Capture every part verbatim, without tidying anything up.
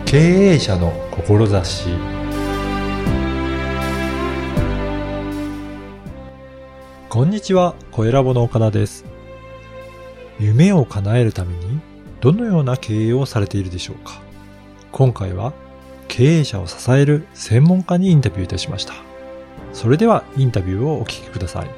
経営者の志。こんにちは、声ラボの岡田です。夢を叶えるためにどのような経営をされているでしょうか。今回は経営者を支える専門家にインタビューいたしました。それではインタビューをお聞きください。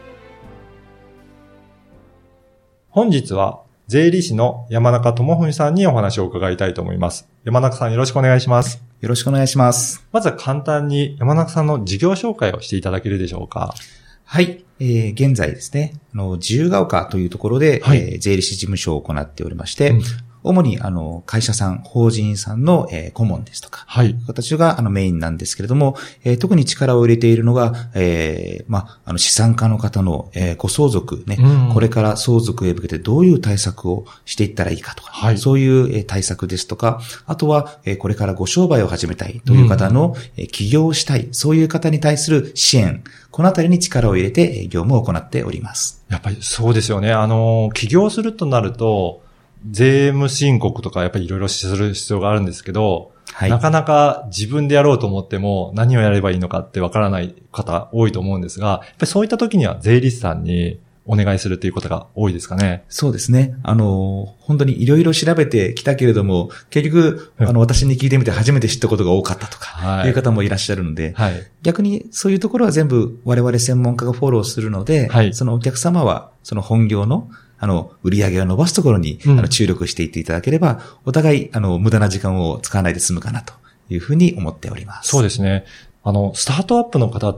本日は税理士の山中智文さんにお話を伺いたいと思います。山中さん、よろしくお願いします。 よろしくお願いします。 まずは簡単に山中さんの事業紹介をしていただけるでしょうか。 はい。えー、現在ですね、あの、自由が丘というところで、はい、えー、税理士事務所を行っておりまして、うん、主に、あの、会社さん、法人さんの、えー、顧問ですとか、はい。形が、あの、メインなんですけれども、えー、特に力を入れているのが、えー、ま、あの、資産家の方の、えー、ご相続ね、うん、これから相続へ向けてどういう対策をしていったらいいかとか、はい。そういう、えー、対策ですとか、あとは、えー、これからご商売を始めたいという方の、うん、えー、起業したい、そういう方に対する支援、このあたりに力を入れて、業務を行っております。 やっぱりそうですよね。あの、起業するとなると、税務申告とかやっぱりいろいろする必要があるんですけど、はい、なかなか自分でやろうと思っても何をやればいいのかってわからない方多いと思うんですが、やっぱりそういった時には税理士さんにお願いするということが多いですかね。 そうですね。あの、本当にいろいろ調べてきたけれども、結局、あの、私に聞いてみて初めて知ったことが多かったとか、いう方もいらっしゃるので、はい、逆にそういうところは全部我々専門家がフォローするので、はい、そのお客様はその本業のあの、売り上げを伸ばすところに、うん、あの注力していっていただければ、お互い、あの、無駄な時間を使わないで済むかなというふうに思っております。 そうですね。あの、スタートアップの方って、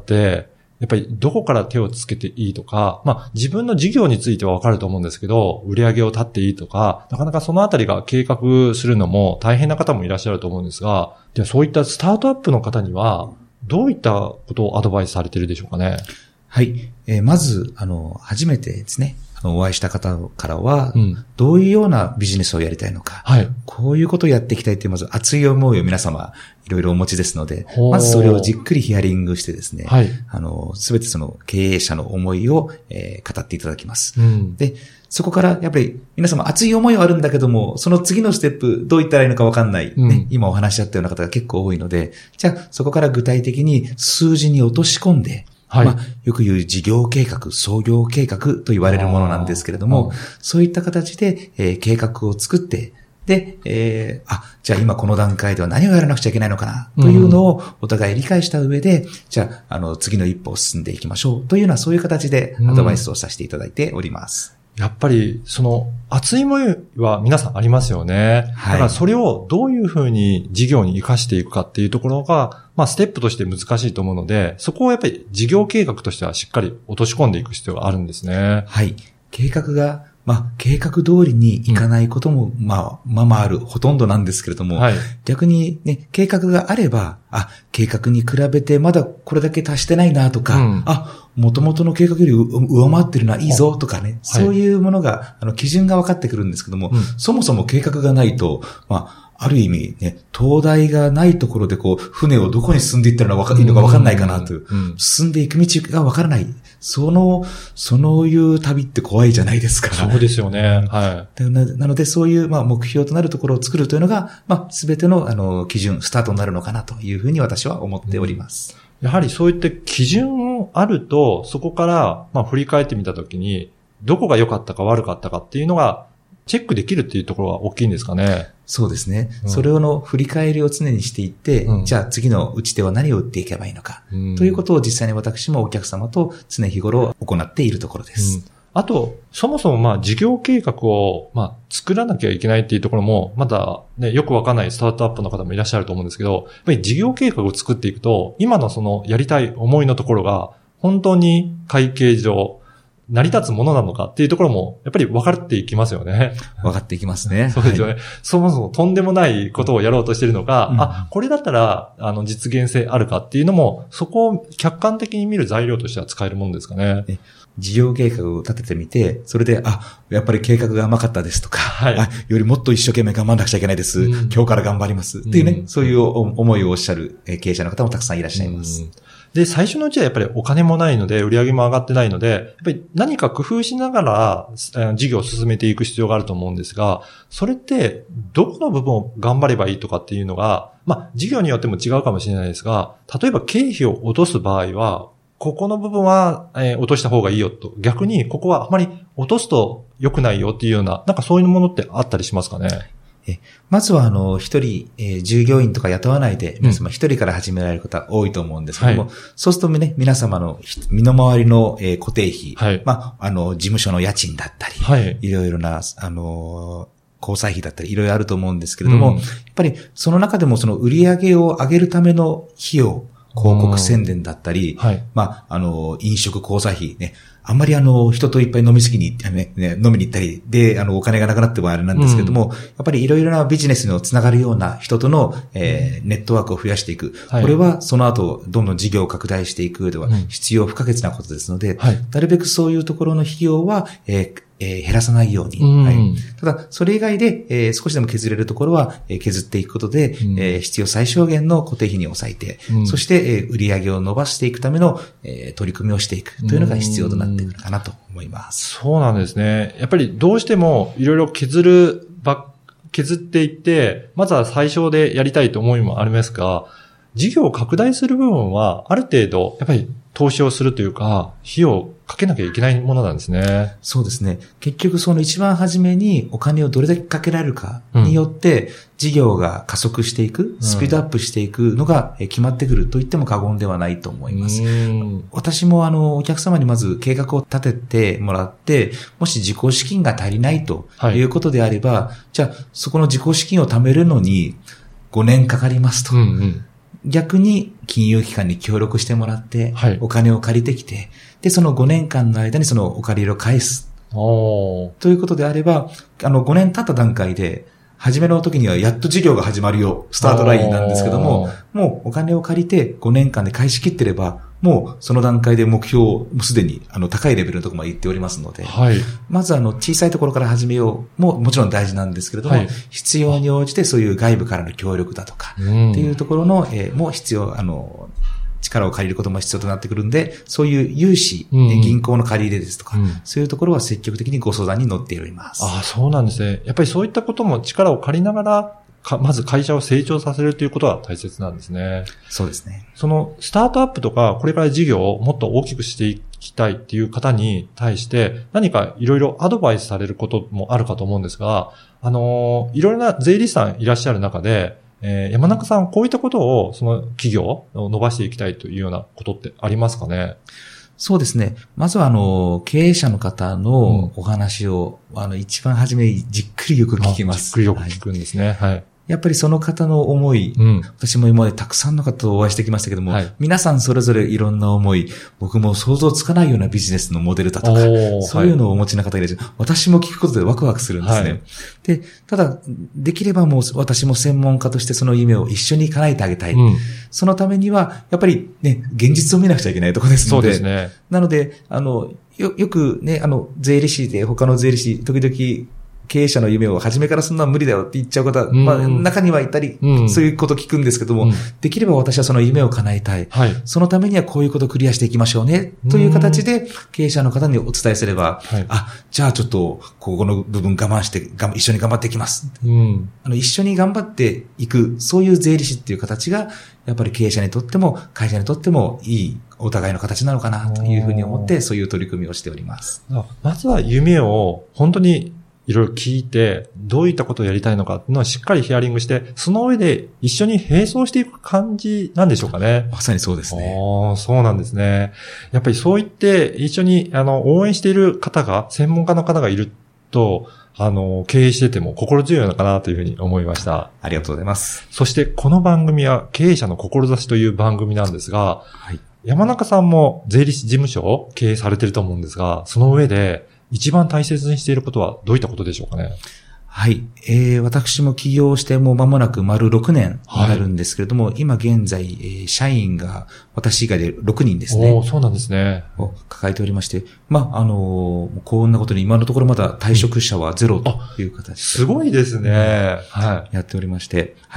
やっぱりどこから手をつけていいとか、まあ、自分の事業についてはわかると思うんですけど、売り上げを立っていいとか、なかなかそのあたりが計画するのも大変な方もいらっしゃると思うんですが、ではそういったスタートアップの方には、どういったことをアドバイスされているでしょうかね。 はい。えー、まず、あの、初めてですね、あの、お会いした方からは、うん、どういうようなビジネスをやりたいのか、はい、こういうことをやっていきたいっていう、まず熱い思いを皆様、いろいろお持ちですので、まずそれをじっくりヒアリングしてですね、はい、あの、すべてその経営者の思いを、えー、語っていただきます。うん、で、そこからやっぱり皆様熱い思いはあるんだけども、その次のステップどういったらいいのかわかんない、うんね、今お話し合ったような方が結構多いので、じゃあそこから具体的に数字に落とし込んで、はい。まあ、よく言う事業計画、創業計画と言われるものなんですけれども、そういった形で、えー、計画を作って、で、えー、あ、じゃあ今この段階では何をやらなくちゃいけないのかな、というのをお互い理解した上で、うん、じゃあ、あの、次の一歩を進んでいきましょうというような、そういう形でアドバイスをさせていただいております。 うん、やっぱり、その、熱い思いは皆さんありますよね。はい。だからそれをどういうふうに事業に活かしていくかっていうところが、まあ、ステップとして難しいと思うので、そこをやっぱり事業計画としてはしっかり落とし込んでいく必要があるんですね。 はい。計画が、まあ、計画通りにいかないことも、うん、まあ、まあまあある、ほとんどなんですけれども、はい、逆にね、計画があれば、あ、計画に比べてまだこれだけ達してないなとか、うん、あ、元々の計画より上回ってるな、いいぞとかね、そういうものが、あの、基準が分かってくるんですけども、うん、そもそも計画がないと、まあ、ある意味ね、灯台がないところでこう、船をどこに進んでいったらいいのか分かんないかなという、うんうん、進んでいく道が分からない。その、そのいう旅って怖いじゃないですか。 そうですよね。はい。 な, なので、そういう、まあ、目標となるところを作るというのが、まあ、すべての、あの、基準、スタートになるのかなというふうに私は思っております。 うん、やはりそういった基準あると、そこから、まあ、振り返ってみたときに、どこが良かったか悪かったかっていうのが、チェックできるっていうところは大きいんですかね。 そうですね。うん、それをの振り返りを常にしていって、うん、じゃあ次の打ち手は何を打っていけばいいのか、うん、ということを実際に私もお客様と常日頃行っているところです。うん、 あと、そもそもまあ事業計画をまあ作らなきゃいけないっていうところも、まだね、よくわかんないスタートアップの方もいらっしゃると思うんですけど、やっぱり事業計画を作っていくと、今のそのやりたい思いのところが、本当に会計上、成り立つものなのかっていうところも、やっぱり分かっていきますよね。 分かっていきますね。 そうですよね、はい。そもそもとんでもないことをやろうとしているのか、うん、あ、これだったら、あの、実現性あるかっていうのも、そこを客観的に見る材料としては使えるものですかね。 事業計画を立ててみて、それで、あ、やっぱり計画が甘かったですとか、はい、あ、よりもっと一生懸命頑張らなくちゃいけないです。うん、今日から頑張ります。っていうね、うん、そういう思いをおっしゃる経営者の方もたくさんいらっしゃいます。うん、 で、最初のうちはやっぱりお金もないので、売り上げも上がってないので、やっぱり何か工夫しながら、事業を進めていく必要があると思うんですが、それって、どこの部分を頑張ればいいとかっていうのが、まあ、事業によっても違うかもしれないですが、例えば経費を落とす場合は、ここの部分は、えー、落とした方がいいよと。逆に、ここはあまり落とすと良くないよっていうような、なんかそういうものってあったりしますかね。 えまずは、あの、一人、えー、従業員とか雇わないで、皆様一人から始められる方多いと思うんですけども、はい、そうするとね、皆様の身の回りの、えー、固定費、はい、まあ、あの、事務所の家賃だったり、はい、いろいろな、あのー、交際費だったり、いろいろあると思うんですけれども、うん、やっぱり、その中でもその売り上げを上げるための費用、広告宣伝だったり、はい、まあ、あの、飲食交際費ね、あんまりあの、人といっぱい飲みすぎに、ね、ね、飲みに行ったり、で、あの、お金がなくなってもあれなんですけども、うん、やっぱりいろいろなビジネスにつながるような人との、えー、ネットワークを増やしていく。はい、これはその後、どんどん事業を拡大していく上では必要不可欠なことですので、うんはい、なるべくそういうところの費用は、えーえー、減らさないように。うんはい、ただ、それ以外で、えー、少しでも削れるところは、えー、削っていくことで、うんえー、必要最小限の固定費に抑えて、うん、そして、えー、売り上げを伸ばしていくための、えー、取り組みをしていくというのが必要となってくるかなと思います。 そうなんですね。やっぱりどうしてもいろいろ削るば、削っていって、まずは最小でやりたいと思いもありますが、事業を拡大する部分は、ある程度、やっぱり投資をするというか、費用をかけなきゃいけないものなんですね。 そうですね。結局その一番初めにお金をどれだけかけられるかによって、事業が加速していく、スピードアップしていくのが決まってくると言っても過言ではないと思います。うん私もあの、お客様にまず計画を立ててもらって、もし自己資金が足りないということであれば、はい、じゃあそこの自己資金を貯めるのにごねんかかりますと。うんうん逆に金融機関に協力してもらって、はい、お金を借りてきて、で、そのごねんかんの間にそのお借り入れを返す。ということであれば、あのごねん経った段階で、初めの時にはやっと事業が始まるよ、スタートラインなんですけども、もうお金を借りてごねんかんで返し切ってれば、もうその段階で目標をすでにあの高いレベルのところまで行っておりますので、はい、まずあの小さいところから始めようももちろん大事なんですけれども、はい、必要に応じてそういう外部からの協力だとか、っていうところの、えー、も必要、あの、力を借りることも必要となってくるんで、そういう融資、うん、銀行の借り入れですとか、うん、そういうところは積極的にご相談に乗っております。 ああ、そうなんですね。やっぱりそういったことも力を借りながら、かまず会社を成長させるということは大切なんですね。 そうですね。 そのスタートアップとか、これから事業をもっと大きくしていきたいっていう方に対して、何かいろいろアドバイスされることもあるかと思うんですが、あのー、いろいろな税理士さんいらっしゃる中で、えー、山中さん、こういったことを、その企業を伸ばしていきたいというようなことってありますかね？ そうですね。まずは、あの、経営者の方のお話を、うん、あの、一番初めにじっくりよく聞きます。 じっくりよく聞くんですね。はい。はいやっぱりその方の思い、うん、私も今までたくさんの方とお会いしてきましたけども、はい、皆さんそれぞれいろんな思い、僕も想像つかないようなビジネスのモデルだとか、そういうのをお持ちの方がいらっしゃる。私も聞くことでワクワクするんですね。はい、で、ただ、できればもう私も専門家としてその夢を一緒に叶えてあげたい。うん、そのためには、やっぱりね、現実を見なくちゃいけないところですので、そうですね。なので、あの、よ、よくね、あの、税理士で他の税理士、時々、経営者の夢を初めからそんな無理だよって言っちゃう方、うん、まあ中にはいたり、うん、そういうこと聞くんですけども、うん、できれば私はその夢を叶えたい、はい。そのためにはこういうことをクリアしていきましょうね、という形で経営者の方にお伝えすれば、はい、あ、じゃあちょっとここの部分我慢して、一緒に頑張っていきます。うん、あの一緒に頑張っていく、そういう税理士っていう形が、やっぱり経営者にとっても会社にとってもいいお互いの形なのかなというふうに思って、そういう取り組みをしております。 まずは夢を本当にいろいろ聞いて、どういったことをやりたいのかっていうのはしっかりヒアリングして、その上で一緒に並走していく感じなんでしょうかね。 まさにそうですね。 ああ、そうなんですね。やっぱりそう言って一緒にあの応援している方が、専門家の方がいると、あの、経営してても心強いのかなというふうに思いました。 ありがとうございます。 そしてこの番組は経営者の志という番組なんですが、はい、山中さんも税理士事務所を経営されていると思うんですが、その上で、一番大切にしていることはどういったことでしょうかね。 はい。えー、私も起業してもう間もなく丸ろくねんになるんですけれども、はい、今現在、えー、社員が私以外でろくにんですね。 おー、そうなんですね。 を抱えておりまして、まあ、あのー、こんなことに今のところまだ退職者はゼロという形で、うん、 すごいですね。 はい。やっておりまして、はい。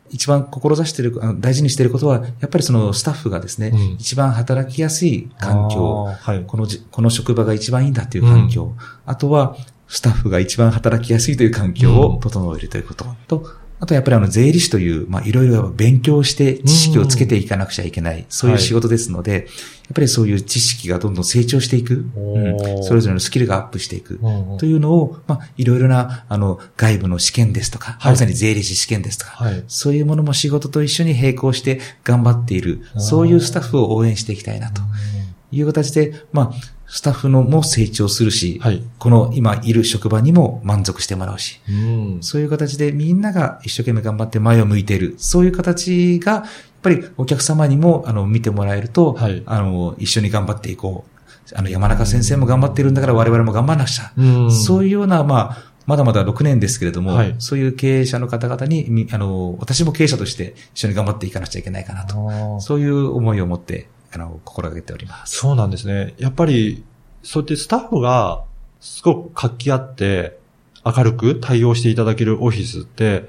一番志している、大事にしていることは、やっぱりそのスタッフがですね、うん、一番働きやすい環境、はい、この、この職場が一番いいんだという環境、うん、あとは、スタッフが一番働きやすいという環境を整えるということ、うん、と、あとやっぱりあの税理士という、まあいろいろ勉強して知識をつけていかなくちゃいけない、そういう仕事ですので、はい、やっぱりそういう知識がどんどん成長していく、うん、それぞれのスキルがアップしていくというのを、まあいろいろなあの外部の試験ですとか、はい、まさに税理士試験ですとか、はい、そういうものも仕事と一緒に並行して頑張っている、そういうスタッフを応援していきたいなという形で、まあスタッフのも成長するし、はい、この今いる職場にも満足してもらうし、うん、そういう形でみんなが一生懸命頑張って前を向いている、そういう形が、やっぱりお客様にもあの見てもらえると、はい、あの一緒に頑張っていこう。あの山中先生も頑張っているんだから我々も頑張らなくちゃ。うん、そういうような、まあ、まだまだろくねんですけれども、はい、そういう経営者の方々に、あの、私も経営者として一緒に頑張っていかなくちゃいけないかなと。そういう思いを持って、あの、心がけております。 そうなんですね。やっぱり、そうやってスタッフがすごく活気あって明るく対応していただけるオフィスって、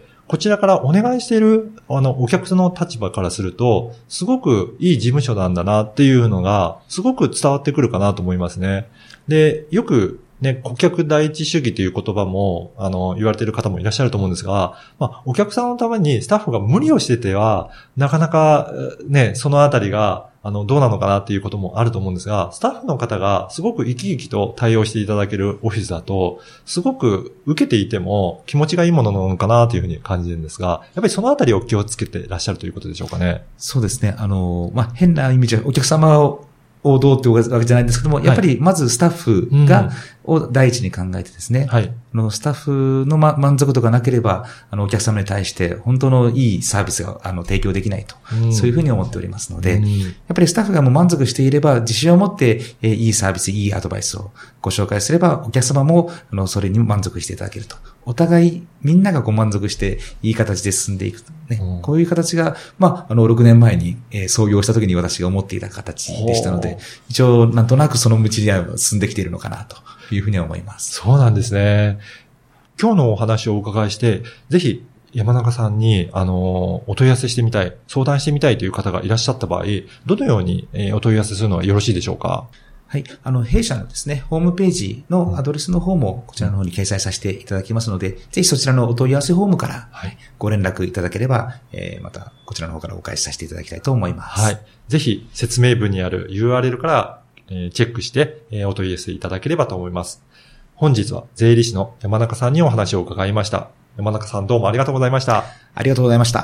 こちらからお願いしているあのお客さんの立場からすると、すごくいい事務所なんだなっていうのがすごく伝わってくるかなと思いますね。で、よくね、顧客第一主義という言葉も、あの、言われている方もいらっしゃると思うんですが、まあ、お客さんのためにスタッフが無理をしてては、なかなか、ね、そのあたりが、あの、どうなのかなっていうこともあると思うんですが、スタッフの方がすごく生き生きと対応していただけるオフィスだと、すごく受けていても気持ちがいいものなのかなというふうに感じるんですが、やっぱりそのあたりを気をつけていらっしゃるということでしょうかね。 そうですね。あの、まあ、変な意味じゃ、お客様を、をどうっていうわけじゃないんですけども、やっぱりまずスタッフが、を第一に考えてですね、はい、あのスタッフの、ま、満足度がなければ、あのお客様に対して本当のいいサービスがあの提供できないと、うん、そういうふうに思っておりますので、うん、やっぱりスタッフがもう満足していれば、自信を持って、えー、いいサービス、いいアドバイスをご紹介すれば、お客様もあのそれに満足していただけると。お互いみんながご満足していい形で進んでいくとね、うん、こういう形が、まあ、あのろくねんまえに、えー、創業した時に私が思っていた形でしたので、一応なんとなくその道には進んできているのかなというふうに思います。 そうなんですね。今日のお話をお伺いして、ぜひ山中さんに、あの、お問い合わせしてみたい、相談してみたいという方がいらっしゃった場合、どのように、えー、お問い合わせするのはよろしいでしょうか？ はい。あの、弊社のですね、ホームページのアドレスの方もこちらの方に掲載させていただきますので、ぜひそちらのお問い合わせフォームからご連絡いただければ、えー、またこちらの方からお返しさせていただきたいと思います。はい。 ぜひ説明文にある ユーアールエル から、えー、チェックして、えー、お問い合わせいただければと思います。本日は税理士の山中さんにお話を伺いました。山中さんどうもありがとうございました。 ありがとうございました。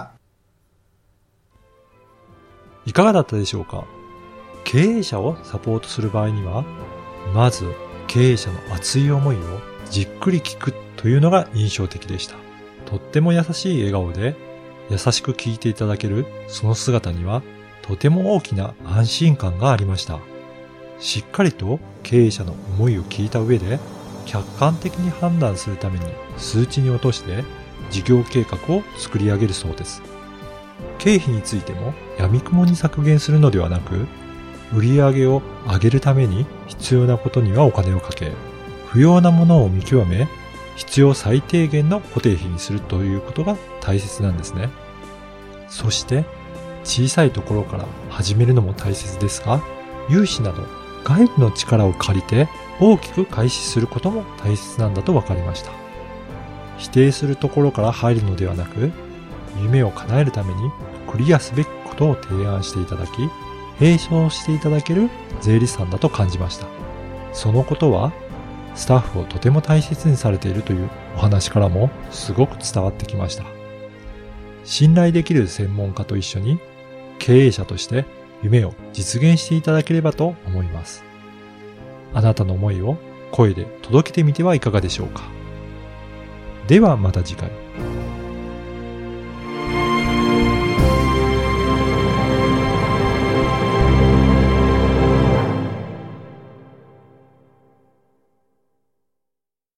いかがだったでしょうか？経営者をサポートする場合には、まず経営者の熱い思いをじっくり聞くというのが印象的でした。とっても優しい笑顔で優しく聞いていただけるその姿にはとても大きな安心感がありました。しっかりと経営者の思いを聞いた上で客観的に判断するために数値に落として事業計画を作り上げるそうです。経費についても闇雲に削減するのではなく、売上を上げるために必要なことにはお金をかけ、不要なものを見極め、必要最低限の固定費にするということが大切なんですね。そして小さいところから始めるのも大切ですが、融資など外部の力を借りて大きく開始することも大切なんだと分かりました。否定するところから入るのではなく、夢を叶えるためにクリアすべきことを提案していただき、並走していただける税理士さんだと感じました。そのことはスタッフをとても大切にされているというお話からもすごく伝わってきました。信頼できる専門家と一緒に経営者として夢を実現していただければと思います。あなたの思いを声で届けてみてはいかがでしょうか。ではまた次回。